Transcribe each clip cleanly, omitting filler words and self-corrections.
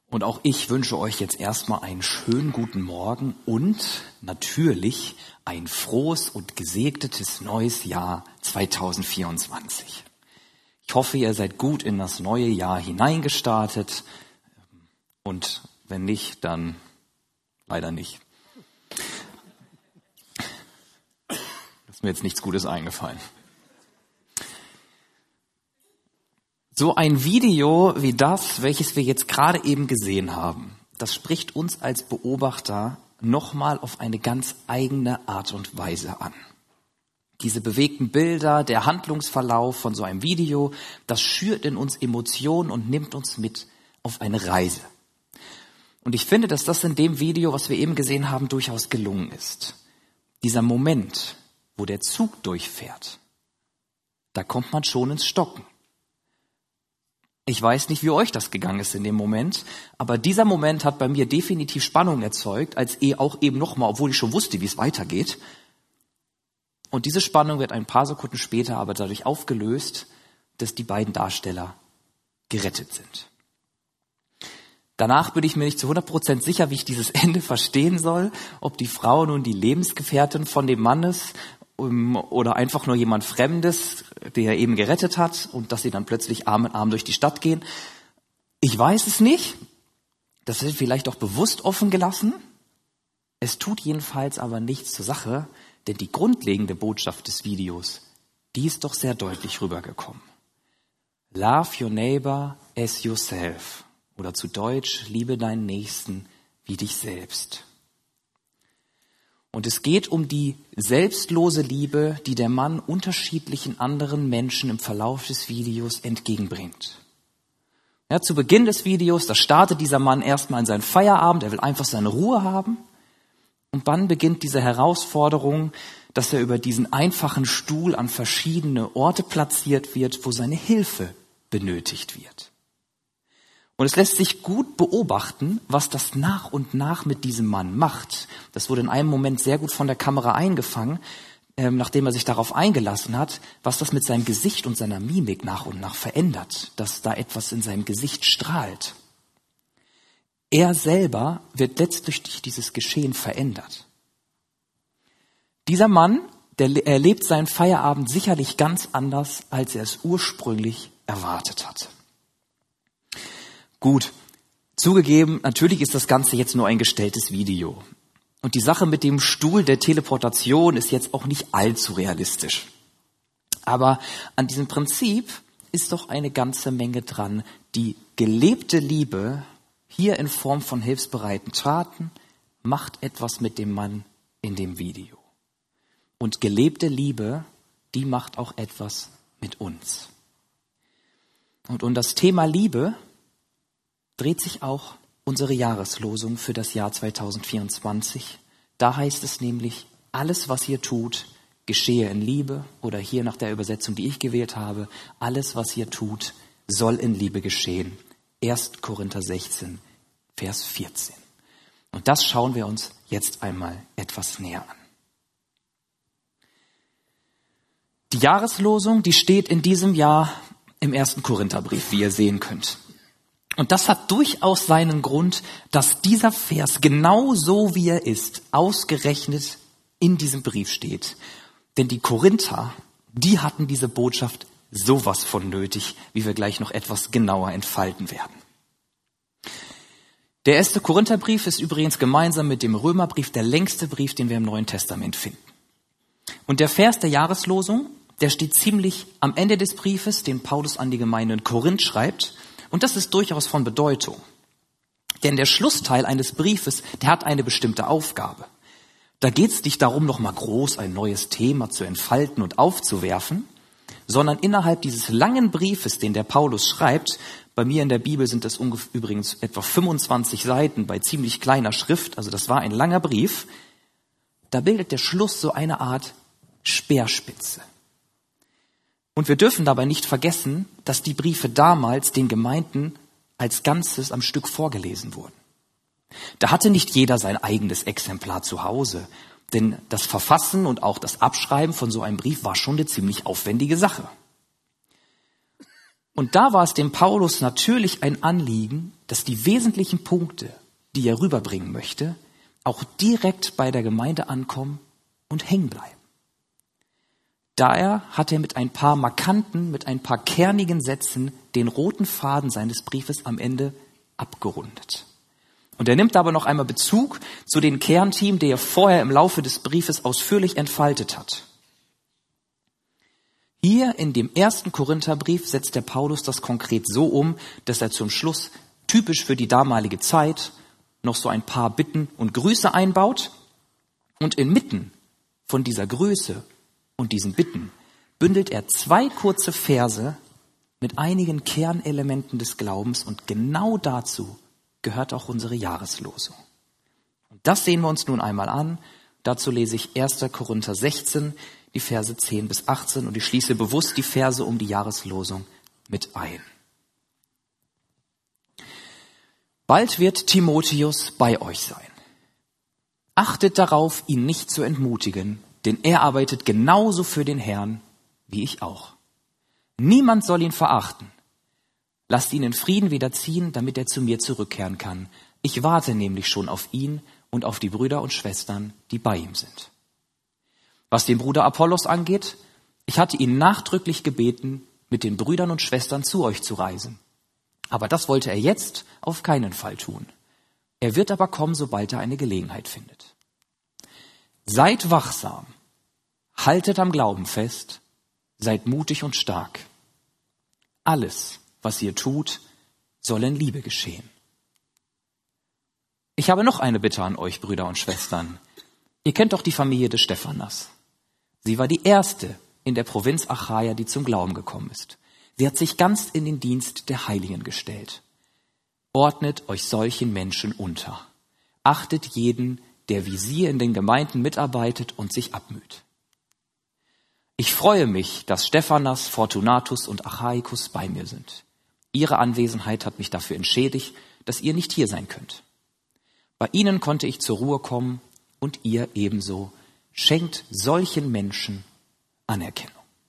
Und auch ich wünsche euch jetzt erstmal einen schönen guten Morgen und natürlich ein frohes und gesegnetes neues Jahr 2024. Ich hoffe, ihr seid gut in das neue Jahr hineingestartet und wenn nicht, dann leider nicht. Ist mir jetzt nichts Gutes eingefallen. So ein Video wie das, welches wir jetzt gerade eben gesehen haben, das spricht uns als Beobachter nochmal auf eine ganz eigene Art und Weise an. Diese bewegten Bilder, der Handlungsverlauf von so einem Video, das schürt in uns Emotionen und nimmt uns mit auf eine Reise. Und ich finde, dass das in dem Video, was wir eben gesehen haben, durchaus gelungen ist. Dieser Moment, wo der Zug durchfährt, da kommt man schon ins Stocken. Ich weiß nicht, wie euch das gegangen ist in dem Moment, aber dieser Moment hat bei mir definitiv Spannung erzeugt, als auch eben nochmal, obwohl ich schon wusste, wie es weitergeht. Und diese Spannung wird ein paar Sekunden später aber dadurch aufgelöst, dass die beiden Darsteller gerettet sind. Danach bin ich mir nicht zu 100% sicher, wie ich dieses Ende verstehen soll, ob die Frau nun die Lebensgefährtin von dem Mann ist oder einfach nur jemand Fremdes, der eben gerettet hat und dass sie dann plötzlich Arm in Arm durch die Stadt gehen. Ich weiß es nicht. Das wird vielleicht auch bewusst offen gelassen. Es tut jedenfalls aber nichts zur Sache, denn die grundlegende Botschaft des Videos, die ist doch sehr deutlich rübergekommen. Love your neighbor as yourself. Oder zu Deutsch, liebe deinen Nächsten wie dich selbst. Und es geht um die selbstlose Liebe, die der Mann unterschiedlichen anderen Menschen im Verlauf des Videos entgegenbringt. Ja, zu Beginn des Videos, da startet dieser Mann erstmal in seinen Feierabend, er will einfach seine Ruhe haben. Und dann beginnt diese Herausforderung, dass er über diesen einfachen Stuhl an verschiedene Orte platziert wird, wo seine Hilfe benötigt wird. Und es lässt sich gut beobachten, was das nach und nach mit diesem Mann macht. Das wurde in einem Moment sehr gut von der Kamera eingefangen, nachdem er sich darauf eingelassen hat, was das mit seinem Gesicht und seiner Mimik nach und nach verändert, dass da etwas in seinem Gesicht strahlt. Er selber wird letztlich durch dieses Geschehen verändert. Dieser Mann, der erlebt seinen Feierabend sicherlich ganz anders, als er es ursprünglich erwartet hatte. Gut, zugegeben, natürlich ist das Ganze jetzt nur ein gestelltes Video. Und die Sache mit dem Stuhl der Teleportation ist jetzt auch nicht allzu realistisch. Aber an diesem Prinzip ist doch eine ganze Menge dran. Die gelebte Liebe, hier in Form von hilfsbereiten Taten, macht etwas mit dem Mann in dem Video. Und gelebte Liebe, die macht auch etwas mit uns. Und um das Thema Liebe dreht sich auch unsere Jahreslosung für das Jahr 2024. Da heißt es nämlich, alles, was ihr tut, geschehe in Liebe, oder hier nach der Übersetzung, die ich gewählt habe, alles, was ihr tut, soll in Liebe geschehen. 1. Korinther 16, Vers 14. Und das schauen wir uns jetzt einmal etwas näher an. Die Jahreslosung, die steht in diesem Jahr im 1. Korintherbrief, wie ihr sehen könnt. Und das hat durchaus seinen Grund, dass dieser Vers genau so, wie er ist, ausgerechnet in diesem Brief steht. Denn die Korinther, die hatten diese Botschaft sowas von nötig, wie wir gleich noch etwas genauer entfalten werden. Der 1. Korintherbrief ist übrigens gemeinsam mit dem Römerbrief der längste Brief, den wir im Neuen Testament finden. Und der Vers der Jahreslosung, der steht ziemlich am Ende des Briefes, den Paulus an die Gemeinde in Korinth schreibt. Und das ist durchaus von Bedeutung. Denn der Schlussteil eines Briefes, der hat eine bestimmte Aufgabe. Da geht es nicht darum, nochmal groß ein neues Thema zu entfalten und aufzuwerfen, sondern innerhalb dieses langen Briefes, den der Paulus schreibt, bei mir in der Bibel sind das übrigens etwa 25 Seiten bei ziemlich kleiner Schrift, also das war ein langer Brief, da bildet der Schluss so eine Art Speerspitze. Und wir dürfen dabei nicht vergessen, dass die Briefe damals den Gemeinden als Ganzes am Stück vorgelesen wurden. Da hatte nicht jeder sein eigenes Exemplar zu Hause, denn das Verfassen und auch das Abschreiben von so einem Brief war schon eine ziemlich aufwendige Sache. Und da war es dem Paulus natürlich ein Anliegen, dass die wesentlichen Punkte, die er rüberbringen möchte, auch direkt bei der Gemeinde ankommen und hängen bleiben. Daher hat er mit ein paar markanten, mit ein paar kernigen Sätzen den roten Faden seines Briefes am Ende abgerundet. Und er nimmt aber noch einmal Bezug zu den Kernthemen, die er vorher im Laufe des Briefes ausführlich entfaltet hat. Hier in dem 1. Korintherbrief setzt der Paulus das konkret so um, dass er zum Schluss typisch für die damalige Zeit noch so ein paar Bitten und Grüße einbaut und inmitten von dieser Größe und diesen Bitten bündelt er 2 kurze Verse mit einigen Kernelementen des Glaubens und genau dazu gehört auch unsere Jahreslosung. Und das sehen wir uns nun einmal an. Dazu lese ich 1. Korinther 16, die Verse 10 bis 18 und ich schließe bewusst die Verse um die Jahreslosung mit ein. Bald wird Timotheus bei euch sein. Achtet darauf, ihn nicht zu entmutigen, denn er arbeitet genauso für den Herrn wie ich auch. Niemand soll ihn verachten. Lasst ihn in Frieden wieder ziehen, damit er zu mir zurückkehren kann. Ich warte nämlich schon auf ihn und auf die Brüder und Schwestern, die bei ihm sind. Was den Bruder Apollos angeht, ich hatte ihn nachdrücklich gebeten, mit den Brüdern und Schwestern zu euch zu reisen. Aber das wollte er jetzt auf keinen Fall tun. Er wird aber kommen, sobald er eine Gelegenheit findet. Seid wachsam, haltet am Glauben fest, seid mutig und stark. Alles, was ihr tut, soll in Liebe geschehen. Ich habe noch eine Bitte an euch, Brüder und Schwestern. Ihr kennt doch die Familie des Stephanas. Sie war die erste in der Provinz Achaia, die zum Glauben gekommen ist. Sie hat sich ganz in den Dienst der Heiligen gestellt. Ordnet euch solchen Menschen unter. Achtet jeden, der wie sie in den Gemeinden mitarbeitet und sich abmüht. Ich freue mich, dass Stephanas, Fortunatus und Achaicus bei mir sind. Ihre Anwesenheit hat mich dafür entschädigt, dass ihr nicht hier sein könnt. Bei ihnen konnte ich zur Ruhe kommen und ihr ebenso. Schenkt solchen Menschen Anerkennung.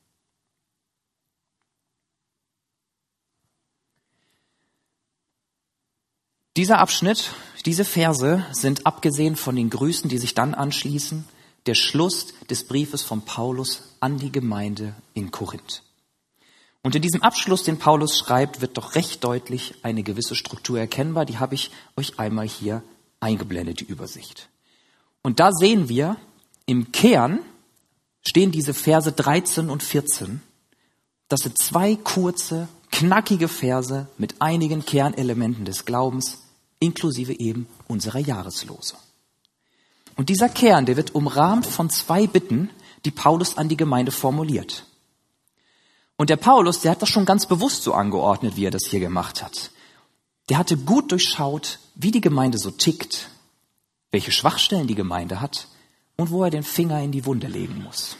Dieser Abschnitt, diese Verse sind abgesehen von den Grüßen, die sich dann anschließen, der Schluss des Briefes von Paulus an die Gemeinde in Korinth. Und in diesem Abschluss, den Paulus schreibt, wird doch recht deutlich eine gewisse Struktur erkennbar. Die habe ich euch einmal hier eingeblendet, die Übersicht. Und da sehen wir, im Kern stehen diese Verse 13 und 14. Das sind 2 kurze, knackige Verse mit einigen Kernelementen des Glaubens, inklusive eben unserer Jahreslosung. Und dieser Kern, der wird umrahmt von 2 Bitten, die Paulus an die Gemeinde formuliert. Und der Paulus, der hat das schon ganz bewusst so angeordnet, wie er das hier gemacht hat. Der hatte gut durchschaut, wie die Gemeinde so tickt, welche Schwachstellen die Gemeinde hat und wo er den Finger in die Wunde legen muss.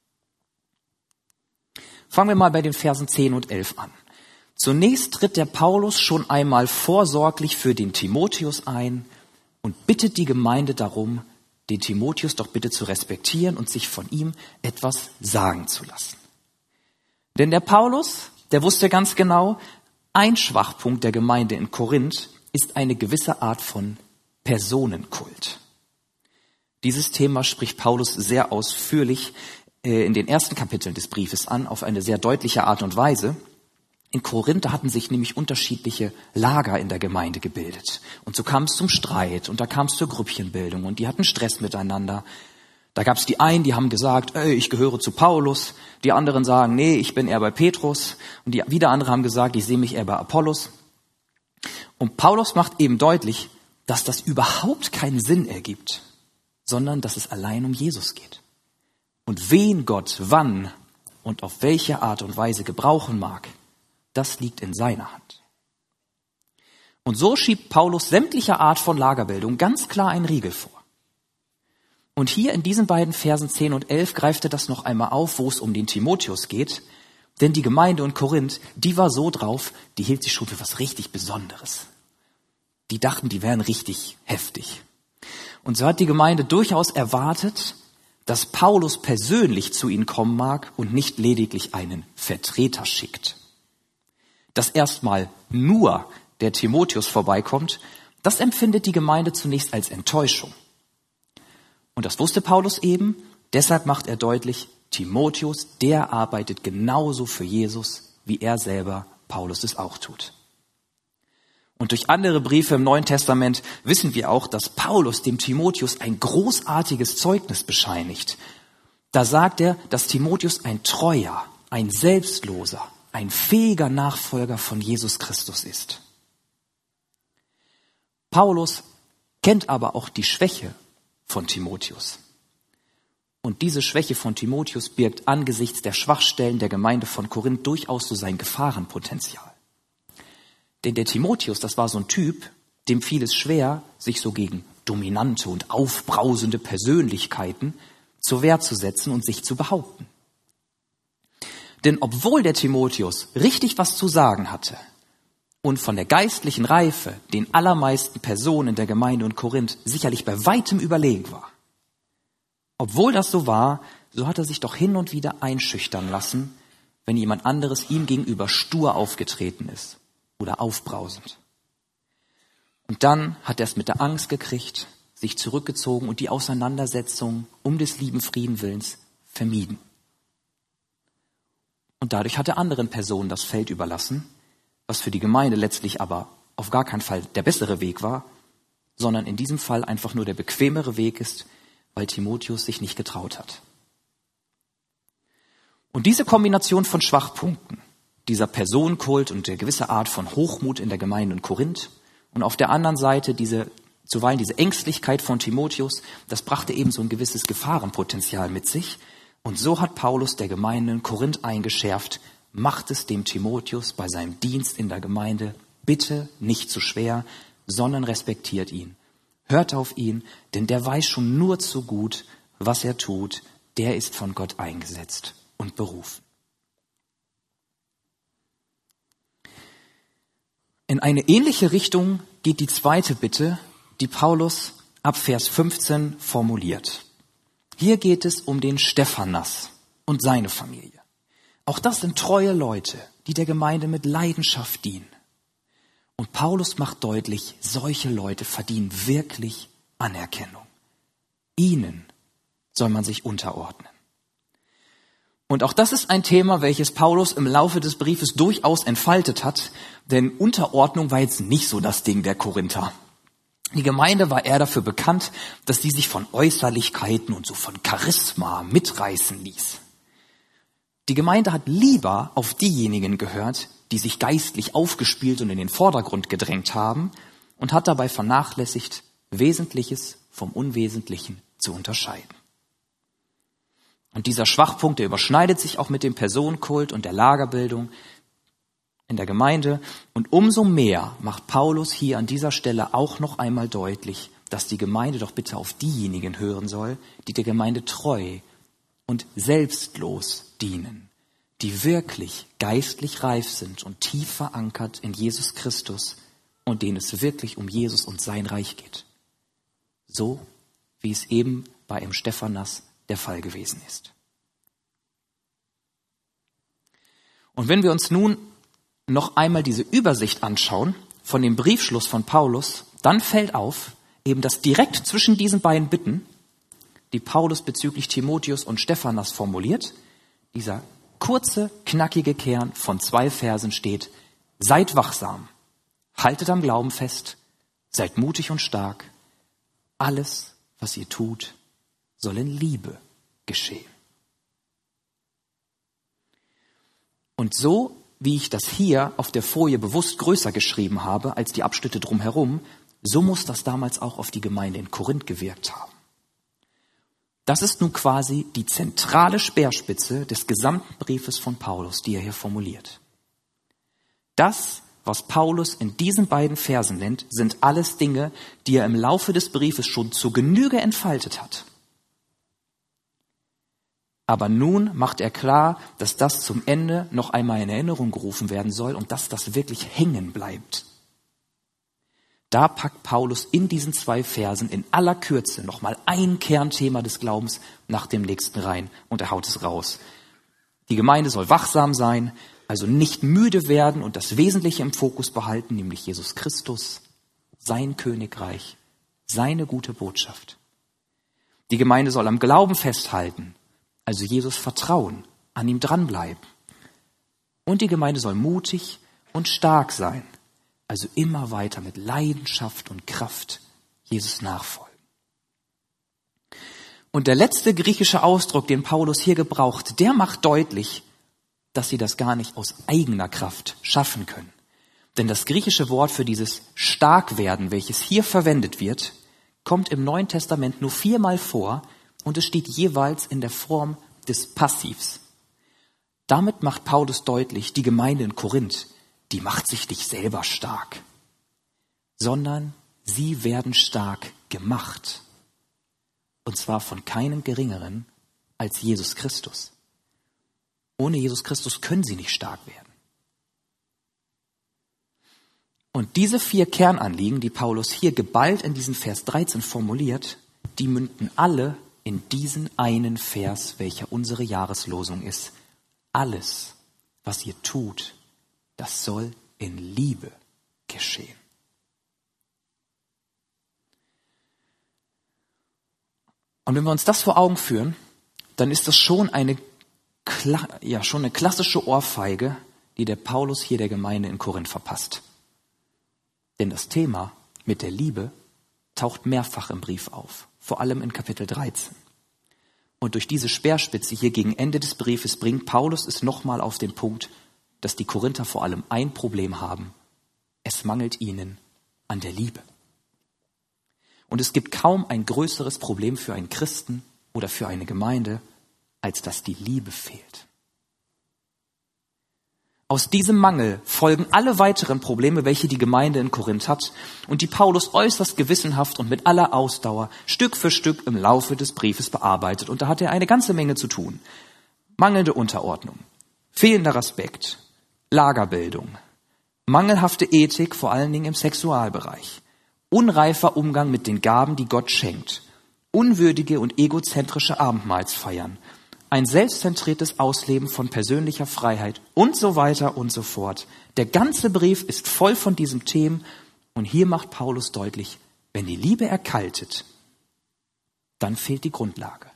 Fangen wir mal bei den Versen 10 und 11 an. Zunächst tritt der Paulus schon einmal vorsorglich für den Timotheus ein und bittet die Gemeinde darum, den Timotheus doch bitte zu respektieren und sich von ihm etwas sagen zu lassen. Denn der Paulus, der wusste ganz genau, ein Schwachpunkt der Gemeinde in Korinth ist eine gewisse Art von Personenkult. Dieses Thema spricht Paulus sehr ausführlich in den ersten Kapiteln des Briefes an, auf eine sehr deutliche Art und Weise. In Korinth hatten sich nämlich unterschiedliche Lager in der Gemeinde gebildet. Und so kam es zum Streit und da kam es zur Grüppchenbildung und die hatten Stress miteinander. Da gab es die einen, die haben gesagt, ich gehöre zu Paulus. Die anderen sagen, nee, ich bin eher bei Petrus. Und die wieder andere haben gesagt, ich sehe mich eher bei Apollos. Und Paulus macht eben deutlich, dass das überhaupt keinen Sinn ergibt, sondern dass es allein um Jesus geht. Und wen Gott wann und auf welche Art und Weise gebrauchen mag, das liegt in seiner Hand. Und so schiebt Paulus sämtliche Art von Lagerbildung ganz klar einen Riegel vor. Und hier in diesen beiden Versen 10 und 11 greift er das noch einmal auf, wo es um den Timotheus geht. Denn die Gemeinde in Korinth, die war so drauf, die hielt sich schon für was richtig Besonderes. Die dachten, die wären richtig heftig. Und so hat die Gemeinde durchaus erwartet, dass Paulus persönlich zu ihnen kommen mag und nicht lediglich einen Vertreter schickt. dass erstmal nur der Timotheus vorbeikommt, das empfindet die Gemeinde zunächst als Enttäuschung. Und das wusste Paulus eben, deshalb macht er deutlich, Timotheus, der arbeitet genauso für Jesus, wie er selber, Paulus, es auch tut. Und durch andere Briefe im Neuen Testament wissen wir auch, dass Paulus dem Timotheus ein großartiges Zeugnis bescheinigt. Da sagt er, dass Timotheus ein treuer, ein selbstloser, ein fähiger Nachfolger von Jesus Christus ist. Paulus kennt aber auch die Schwäche von Timotheus. Und diese Schwäche von Timotheus birgt angesichts der Schwachstellen der Gemeinde von Korinth durchaus so sein Gefahrenpotenzial. Denn der Timotheus, das war so ein Typ, dem fiel es schwer, sich so gegen dominante und aufbrausende Persönlichkeiten zur Wehr zu setzen und sich zu behaupten. Denn obwohl der Timotheus richtig was zu sagen hatte und von der geistlichen Reife den allermeisten Personen der Gemeinde in Korinth sicherlich bei weitem überlegen war, obwohl das so war, so hat er sich doch hin und wieder einschüchtern lassen, wenn jemand anderes ihm gegenüber stur aufgetreten ist oder aufbrausend. Und dann hat er es mit der Angst gekriegt, sich zurückgezogen und die Auseinandersetzung um des lieben Frieden willens vermieden. Und dadurch hat er anderen Personen das Feld überlassen, was für die Gemeinde letztlich aber auf gar keinen Fall der bessere Weg war, sondern in diesem Fall einfach nur der bequemere Weg ist, weil Timotheus sich nicht getraut hat. Und diese Kombination von Schwachpunkten, dieser Personenkult und der gewisse Art von Hochmut in der Gemeinde in Korinth und auf der anderen Seite zuweilen diese Ängstlichkeit von Timotheus, das brachte eben so ein gewisses Gefahrenpotenzial mit sich. Und so hat Paulus der Gemeinde in Korinth eingeschärft, macht es dem Timotheus bei seinem Dienst in der Gemeinde bitte nicht zu schwer, sondern respektiert ihn. Hört auf ihn, denn der weiß schon nur zu gut, was er tut. Der ist von Gott eingesetzt und berufen. In eine ähnliche Richtung geht die zweite Bitte, die Paulus ab Vers 15 formuliert. Hier geht es um den Stephanas und seine Familie. Auch das sind treue Leute, die der Gemeinde mit Leidenschaft dienen. Und Paulus macht deutlich, solche Leute verdienen wirklich Anerkennung. Ihnen soll man sich unterordnen. Und auch das ist ein Thema, welches Paulus im Laufe des Briefes durchaus entfaltet hat, denn Unterordnung war jetzt nicht so das Ding der Korinther. Die Gemeinde war eher dafür bekannt, dass sie sich von Äußerlichkeiten und so von Charisma mitreißen ließ. Die Gemeinde hat lieber auf diejenigen gehört, die sich geistlich aufgespielt und in den Vordergrund gedrängt haben und hat dabei vernachlässigt, Wesentliches vom Unwesentlichen zu unterscheiden. Und dieser Schwachpunkt, der überschneidet sich auch mit dem Personenkult und der Lagerbildung in der Gemeinde. Und umso mehr macht Paulus hier an dieser Stelle auch noch einmal deutlich, dass die Gemeinde doch bitte auf diejenigen hören soll, die der Gemeinde treu und selbstlos dienen, die wirklich geistlich reif sind und tief verankert in Jesus Christus und denen es wirklich um Jesus und sein Reich geht. So wie es eben bei dem Stephanas der Fall gewesen ist. Und wenn wir uns nun noch einmal diese Übersicht anschauen von dem Briefschluss von Paulus, dann fällt auf, eben dass direkt zwischen diesen beiden Bitten, die Paulus bezüglich Timotheus und Stephanas formuliert, dieser kurze, knackige Kern von 2 Versen steht: Seid wachsam, haltet am Glauben fest, seid mutig und stark. Alles, was ihr tut, soll in Liebe geschehen. Und so, wie ich das hier auf der Folie bewusst größer geschrieben habe als die Abschnitte drumherum, so muss das damals auch auf die Gemeinde in Korinth gewirkt haben. Das ist nun quasi die zentrale Speerspitze des gesamten Briefes von Paulus, die er hier formuliert. Das, was Paulus in diesen beiden Versen nennt, sind alles Dinge, die er im Laufe des Briefes schon zur Genüge entfaltet hat. Aber nun macht er klar, dass das zum Ende noch einmal in Erinnerung gerufen werden soll und dass das wirklich hängen bleibt. Da packt Paulus in diesen 2 Versen in aller Kürze nochmal ein Kernthema des Glaubens nach dem nächsten rein und er haut es raus. Die Gemeinde soll wachsam sein, Also nicht müde werden und das Wesentliche im Fokus behalten, nämlich Jesus Christus, sein Königreich, seine gute Botschaft. Die Gemeinde soll am Glauben festhalten, also Jesus vertrauen, an ihm dranbleiben. Und die Gemeinde soll mutig und stark sein, also immer weiter mit Leidenschaft und Kraft Jesus nachfolgen. Und der letzte griechische Ausdruck, den Paulus hier gebraucht, der macht deutlich, dass sie das gar nicht aus eigener Kraft schaffen können. Denn das griechische Wort für dieses Starkwerden, welches hier verwendet wird, kommt im Neuen Testament nur 4-mal vor und es steht jeweils in der Form des Passivs. Damit macht Paulus deutlich, die Gemeinde in Korinth, die macht sich nicht selber stark, sondern sie werden stark gemacht. Und zwar von keinem Geringeren als Jesus Christus. Ohne Jesus Christus können sie nicht stark werden. Und diese 4 Kernanliegen, die Paulus hier geballt in diesem Vers 13 formuliert, die münden alle in diesen einen Vers, welcher unsere Jahreslosung ist. Alles, was ihr tut, das soll in Liebe geschehen. Und wenn wir uns das vor Augen führen, dann ist das schon eine klassische Ohrfeige, die der Paulus hier der Gemeinde in Korinth verpasst. Denn das Thema mit der Liebe taucht mehrfach im Brief auf, vor allem in Kapitel 13. Und durch diese Speerspitze hier gegen Ende des Briefes bringt Paulus es nochmal auf den Punkt, dass die Korinther vor allem ein Problem haben. Es mangelt ihnen an der Liebe. Und es gibt kaum ein größeres Problem für einen Christen oder für eine Gemeinde, als dass die Liebe fehlt. Aus diesem Mangel folgen alle weiteren Probleme, welche die Gemeinde in Korinth hat und die Paulus äußerst gewissenhaft und mit aller Ausdauer Stück für Stück im Laufe des Briefes bearbeitet. Und da hat er eine ganze Menge zu tun. Mangelnde Unterordnung, fehlender Respekt, Lagerbildung, mangelhafte Ethik, vor allen Dingen im Sexualbereich, unreifer Umgang mit den Gaben, die Gott schenkt, unwürdige und egozentrische Abendmahlsfeiern, ein selbstzentriertes Ausleben von persönlicher Freiheit und so weiter und so fort. Der ganze Brief ist voll von diesen Themen und hier macht Paulus deutlich, wenn die Liebe erkaltet, dann fehlt die Grundlage.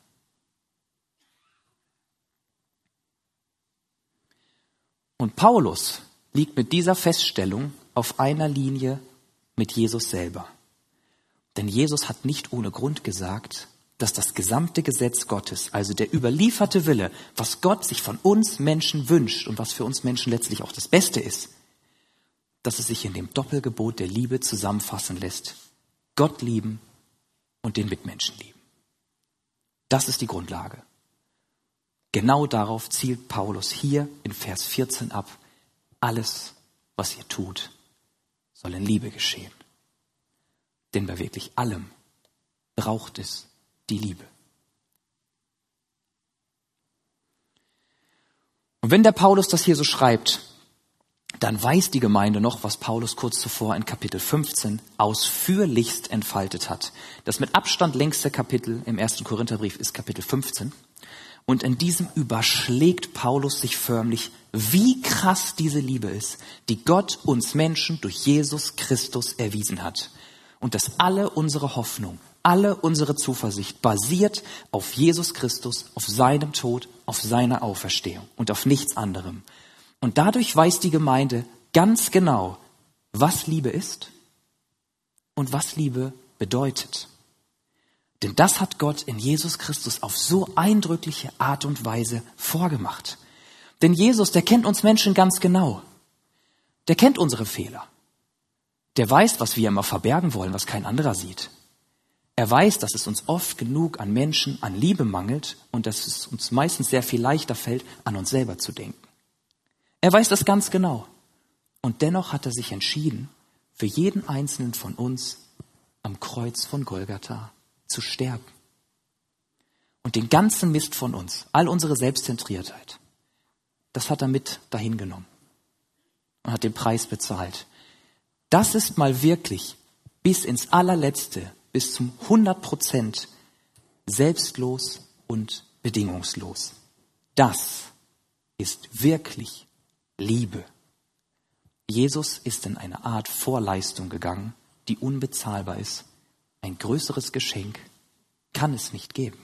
Und Paulus liegt mit dieser Feststellung auf einer Linie mit Jesus selber. Denn Jesus hat nicht ohne Grund gesagt, dass das gesamte Gesetz Gottes, also der überlieferte Wille, was Gott sich von uns Menschen wünscht und was für uns Menschen letztlich auch das Beste ist, dass es sich in dem Doppelgebot der Liebe zusammenfassen lässt. Gott lieben und den Mitmenschen lieben. Das ist die Grundlage. Genau darauf zielt Paulus hier in Vers 14 ab. Alles, was ihr tut, soll in Liebe geschehen. Denn bei wirklich allem braucht es die Liebe. Und wenn der Paulus das hier so schreibt, dann weiß die Gemeinde noch, was Paulus kurz zuvor in Kapitel 15 ausführlichst entfaltet hat. Das mit Abstand längste Kapitel im 1. Korintherbrief ist Kapitel 15. Und in diesem überschlägt Paulus sich förmlich, wie krass diese Liebe ist, die Gott uns Menschen durch Jesus Christus erwiesen hat. Und dass alle unsere Hoffnung, alle unsere Zuversicht basiert auf Jesus Christus, auf seinem Tod, auf seiner Auferstehung und auf nichts anderem. Und dadurch weiß die Gemeinde ganz genau, was Liebe ist und was Liebe bedeutet. Denn das hat Gott in Jesus Christus auf so eindrückliche Art und Weise vorgemacht. Denn Jesus, der kennt uns Menschen ganz genau. Der kennt unsere Fehler. Der weiß, was wir immer verbergen wollen, was kein anderer sieht. Er weiß, dass es uns oft genug an Menschen, an Liebe mangelt und dass es uns meistens sehr viel leichter fällt, an uns selber zu denken. Er weiß das ganz genau. Und dennoch hat er sich entschieden, für jeden Einzelnen von uns am Kreuz von Golgatha zu sterben. Und den ganzen Mist von uns, all unsere Selbstzentriertheit, das hat er mit dahin genommen und hat den Preis bezahlt. Das ist mal wirklich bis ins Allerletzte, bis zum 100% selbstlos und bedingungslos. Das ist wirklich Liebe. Jesus ist in eine Art Vorleistung gegangen, die unbezahlbar ist. Ein größeres Geschenk kann es nicht geben.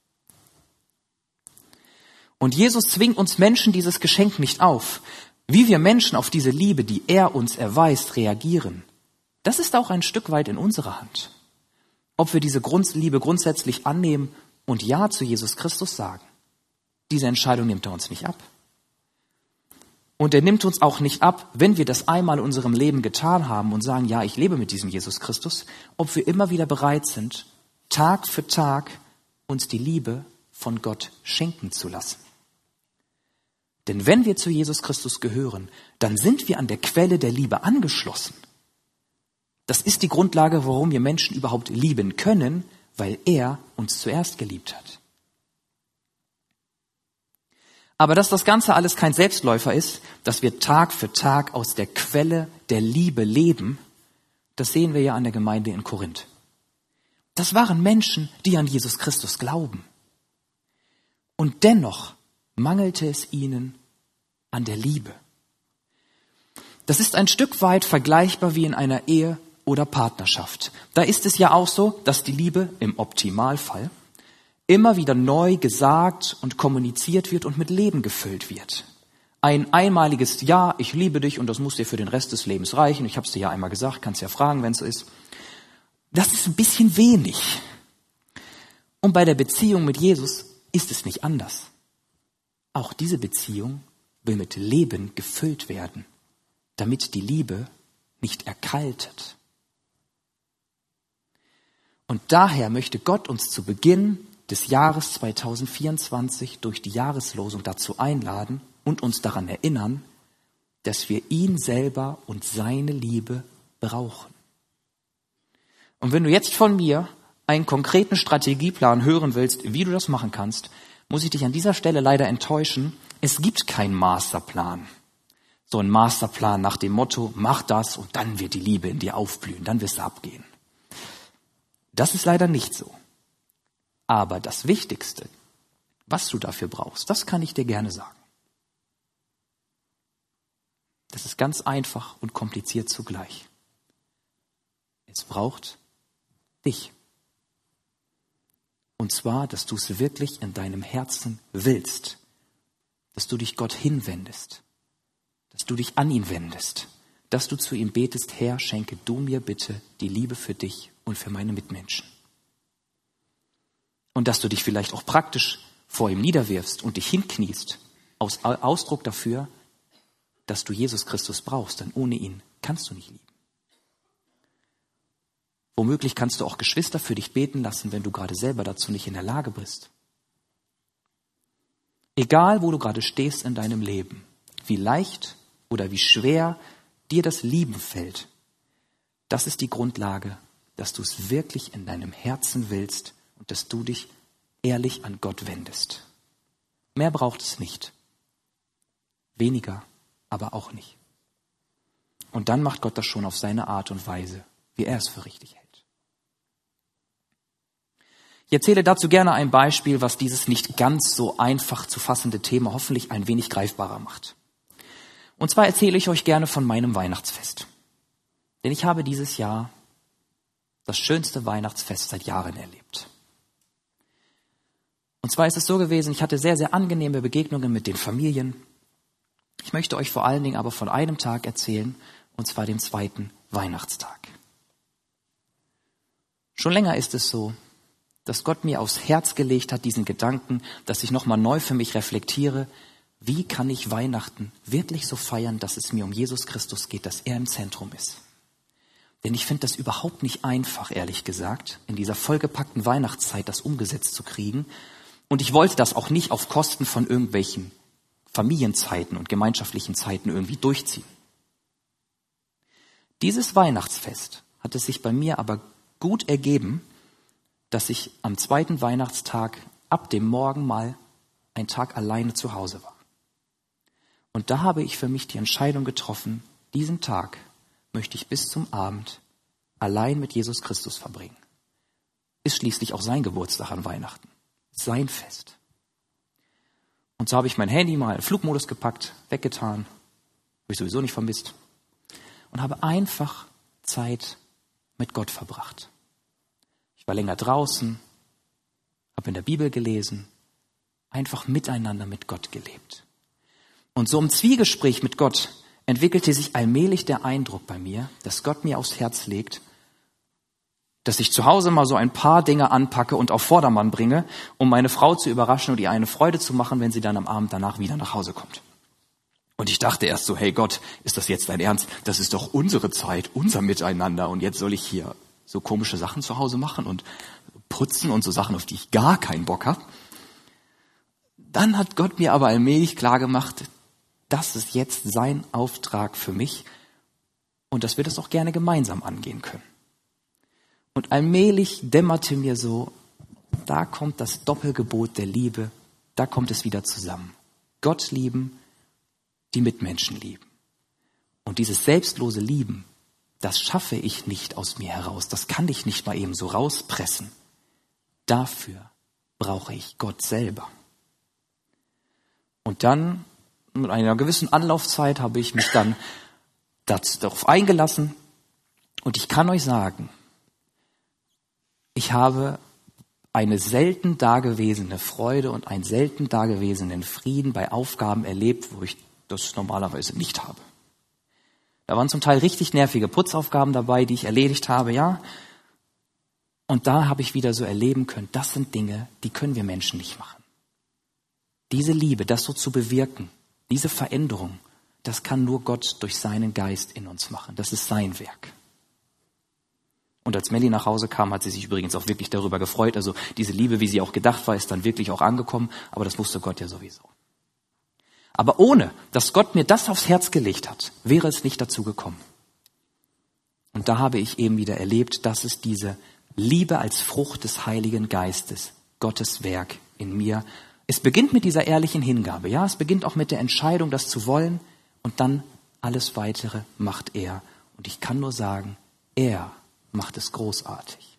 Und Jesus zwingt uns Menschen dieses Geschenk nicht auf. Wie wir Menschen auf diese Liebe, die er uns erweist, reagieren, das ist auch ein Stück weit in unserer Hand. Ob wir diese Liebe grundsätzlich annehmen und Ja zu Jesus Christus sagen, diese Entscheidung nimmt er uns nicht ab. Und er nimmt uns auch nicht ab, wenn wir das einmal in unserem Leben getan haben und sagen, ja, ich lebe mit diesem Jesus Christus, ob wir immer wieder bereit sind, Tag für Tag uns die Liebe von Gott schenken zu lassen. Denn wenn wir zu Jesus Christus gehören, dann sind wir an der Quelle der Liebe angeschlossen. Das ist die Grundlage, warum wir Menschen überhaupt lieben können, weil er uns zuerst geliebt hat. Aber dass das Ganze alles kein Selbstläufer ist, dass wir Tag für Tag aus der Quelle der Liebe leben, das sehen wir ja an der Gemeinde in Korinth. Das waren Menschen, die an Jesus Christus glauben. Und dennoch mangelte es ihnen an der Liebe. Das ist ein Stück weit vergleichbar wie in einer Ehe oder Partnerschaft. Da ist es ja auch so, dass die Liebe im Optimalfall immer wieder neu gesagt und kommuniziert wird und mit Leben gefüllt wird. Ein einmaliges Ja, ich liebe dich und das muss dir für den Rest des Lebens reichen. Ich habe es dir ja einmal gesagt, kannst ja fragen, wenn es so ist. Das ist ein bisschen wenig. Und bei der Beziehung mit Jesus ist es nicht anders. Auch diese Beziehung will mit Leben gefüllt werden, damit die Liebe nicht erkaltet. Und daher möchte Gott uns zu Beginn des Jahres 2024 durch die Jahreslosung dazu einladen und uns daran erinnern, dass wir ihn selber und seine Liebe brauchen. Und wenn du jetzt von mir einen konkreten Strategieplan hören willst, wie du das machen kannst, muss ich dich an dieser Stelle leider enttäuschen. Es gibt keinen Masterplan. So ein Masterplan nach dem Motto, mach das und dann wird die Liebe in dir aufblühen, dann wirst du abgehen. Das ist leider nicht so. Aber das Wichtigste, was du dafür brauchst, das kann ich dir gerne sagen. Das ist ganz einfach und kompliziert zugleich. Es braucht dich. Und zwar, dass du es wirklich in deinem Herzen willst. Dass du dich Gott hinwendest. Dass du dich an ihn wendest. Dass du zu ihm betest, Herr, schenke du mir bitte die Liebe für dich und für meine Mitmenschen. Und dass du dich vielleicht auch praktisch vor ihm niederwirfst und dich hinkniest, aus Ausdruck dafür, dass du Jesus Christus brauchst, denn ohne ihn kannst du nicht lieben. Womöglich kannst du auch Geschwister für dich beten lassen, wenn du gerade selber dazu nicht in der Lage bist. Egal, wo du gerade stehst in deinem Leben, wie leicht oder wie schwer dir das Lieben fällt, das ist die Grundlage, dass du es wirklich in deinem Herzen willst und dass du dich ehrlich an Gott wendest. Mehr braucht es nicht. Weniger, aber auch nicht. Und dann macht Gott das schon auf seine Art und Weise, wie er es für richtig hält. Ich erzähle dazu gerne ein Beispiel, was dieses nicht ganz so einfach zu fassende Thema hoffentlich ein wenig greifbarer macht. Und zwar erzähle ich euch gerne von meinem Weihnachtsfest. Denn ich habe dieses Jahr das schönste Weihnachtsfest seit Jahren erlebt. Und zwar ist es so gewesen, ich hatte sehr, sehr angenehme Begegnungen mit den Familien. Ich möchte euch vor allen Dingen aber von einem Tag erzählen, und zwar dem zweiten Weihnachtstag. Schon länger ist es so, dass Gott mir aufs Herz gelegt hat, diesen Gedanken, dass ich nochmal neu für mich reflektiere, wie kann ich Weihnachten wirklich so feiern, dass es mir um Jesus Christus geht, dass er im Zentrum ist. Denn ich finde das überhaupt nicht einfach, ehrlich gesagt, in dieser vollgepackten Weihnachtszeit das umgesetzt zu kriegen. Und ich wollte das auch nicht auf Kosten von irgendwelchen Familienzeiten und gemeinschaftlichen Zeiten irgendwie durchziehen. Dieses Weihnachtsfest hat es sich bei mir aber gut ergeben, dass ich am zweiten Weihnachtstag ab dem Morgen mal einen Tag alleine zu Hause war. Und da habe ich für mich die Entscheidung getroffen, diesen Tag möchte ich bis zum Abend allein mit Jesus Christus verbringen. Ist schließlich auch sein Geburtstag an Weihnachten, sein Fest. Und so habe ich mein Handy mal in Flugmodus gepackt, weggetan habe ich sowieso nicht vermisst. Und habe einfach Zeit mit Gott verbracht. Ich war länger draußen, habe in der Bibel gelesen, einfach miteinander mit Gott gelebt. Und so im Zwiegespräch mit Gott entwickelte sich allmählich der Eindruck bei mir, dass Gott mir aufs Herz legt, dass ich zu Hause mal so ein paar Dinge anpacke und auf Vordermann bringe, um meine Frau zu überraschen und ihr eine Freude zu machen, wenn sie dann am Abend danach wieder nach Hause kommt. Und ich dachte erst so, hey Gott, ist das jetzt dein Ernst? Das ist doch unsere Zeit, unser Miteinander. Und jetzt soll ich hier so komische Sachen zu Hause machen und putzen und so Sachen, auf die ich gar keinen Bock habe. Dann hat Gott mir aber allmählich klargemacht, das ist jetzt sein Auftrag für mich und dass wir das auch gerne gemeinsam angehen können. Und allmählich dämmerte mir so, da kommt das Doppelgebot der Liebe, da kommt es wieder zusammen. Gott lieben, die Mitmenschen lieben. Und dieses selbstlose Lieben, das schaffe ich nicht aus mir heraus, das kann ich nicht mal eben so rauspressen. Dafür brauche ich Gott selber. Und dann, mit einer gewissen Anlaufzeit, habe ich mich dann darauf eingelassen. Und ich kann euch sagen, ich habe eine selten dagewesene Freude und einen selten dagewesenen Frieden bei Aufgaben erlebt, wo ich das normalerweise nicht habe. Da waren zum Teil richtig nervige Putzaufgaben dabei, die ich erledigt habe, ja. Und da habe ich wieder so erleben können, das sind Dinge, die können wir Menschen nicht machen. Diese Liebe, das so zu bewirken, diese Veränderung, das kann nur Gott durch seinen Geist in uns machen. Das ist sein Werk. Und als Melli nach Hause kam, hat sie sich übrigens auch wirklich darüber gefreut. Also diese Liebe, wie sie auch gedacht war, ist dann wirklich auch angekommen. Aber das wusste Gott ja sowieso. Aber ohne, dass Gott mir das aufs Herz gelegt hat, wäre es nicht dazu gekommen. Und da habe ich eben wieder erlebt, dass es diese Liebe als Frucht des Heiligen Geistes, Gottes Werk in mir. Es beginnt mit dieser ehrlichen Hingabe, ja, es beginnt auch mit der Entscheidung, das zu wollen, und dann alles Weitere macht er. Und ich kann nur sagen, er macht es großartig.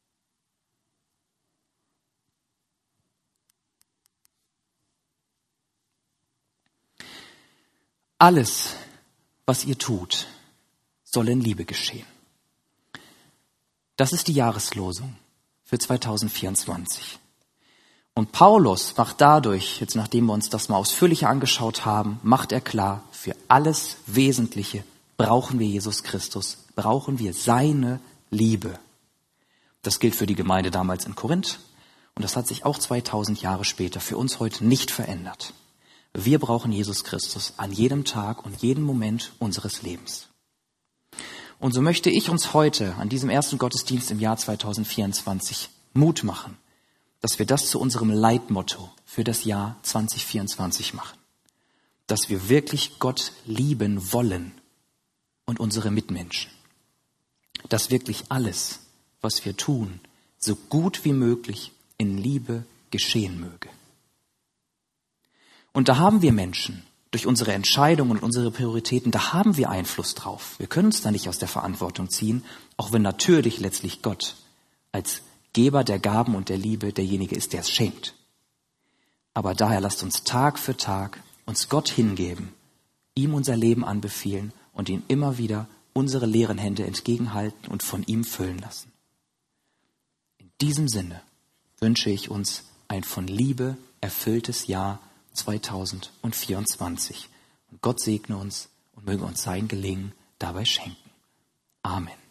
Alles, was ihr tut, soll in Liebe geschehen. Das ist die Jahreslosung für 2024. Und Paulus macht dadurch, jetzt nachdem wir uns das mal ausführlicher angeschaut haben, macht er klar, für alles Wesentliche brauchen wir Jesus Christus, brauchen wir seine Liebe. Das gilt für die Gemeinde damals in Korinth und das hat sich auch 2000 Jahre später für uns heute nicht verändert. Wir brauchen Jesus Christus an jedem Tag und jedem Moment unseres Lebens. Und so möchte ich uns heute an diesem ersten Gottesdienst im Jahr 2024 Mut machen, dass wir das zu unserem Leitmotto für das Jahr 2024 machen. Dass wir wirklich Gott lieben wollen und unsere Mitmenschen. Dass wirklich alles, was wir tun, so gut wie möglich in Liebe geschehen möge. Und da haben wir Menschen, durch unsere Entscheidungen und unsere Prioritäten, da haben wir Einfluss drauf. Wir können uns da nicht aus der Verantwortung ziehen, auch wenn natürlich letztlich Gott als Geber der Gaben und der Liebe derjenige ist, der es schenkt. Aber daher lasst uns Tag für Tag uns Gott hingeben, ihm unser Leben anbefehlen und ihn immer wieder unsere leeren Hände entgegenhalten und von ihm füllen lassen. In diesem Sinne wünsche ich uns ein von Liebe erfülltes Jahr 2024. Und Gott segne uns und möge uns sein Gelingen dabei schenken. Amen.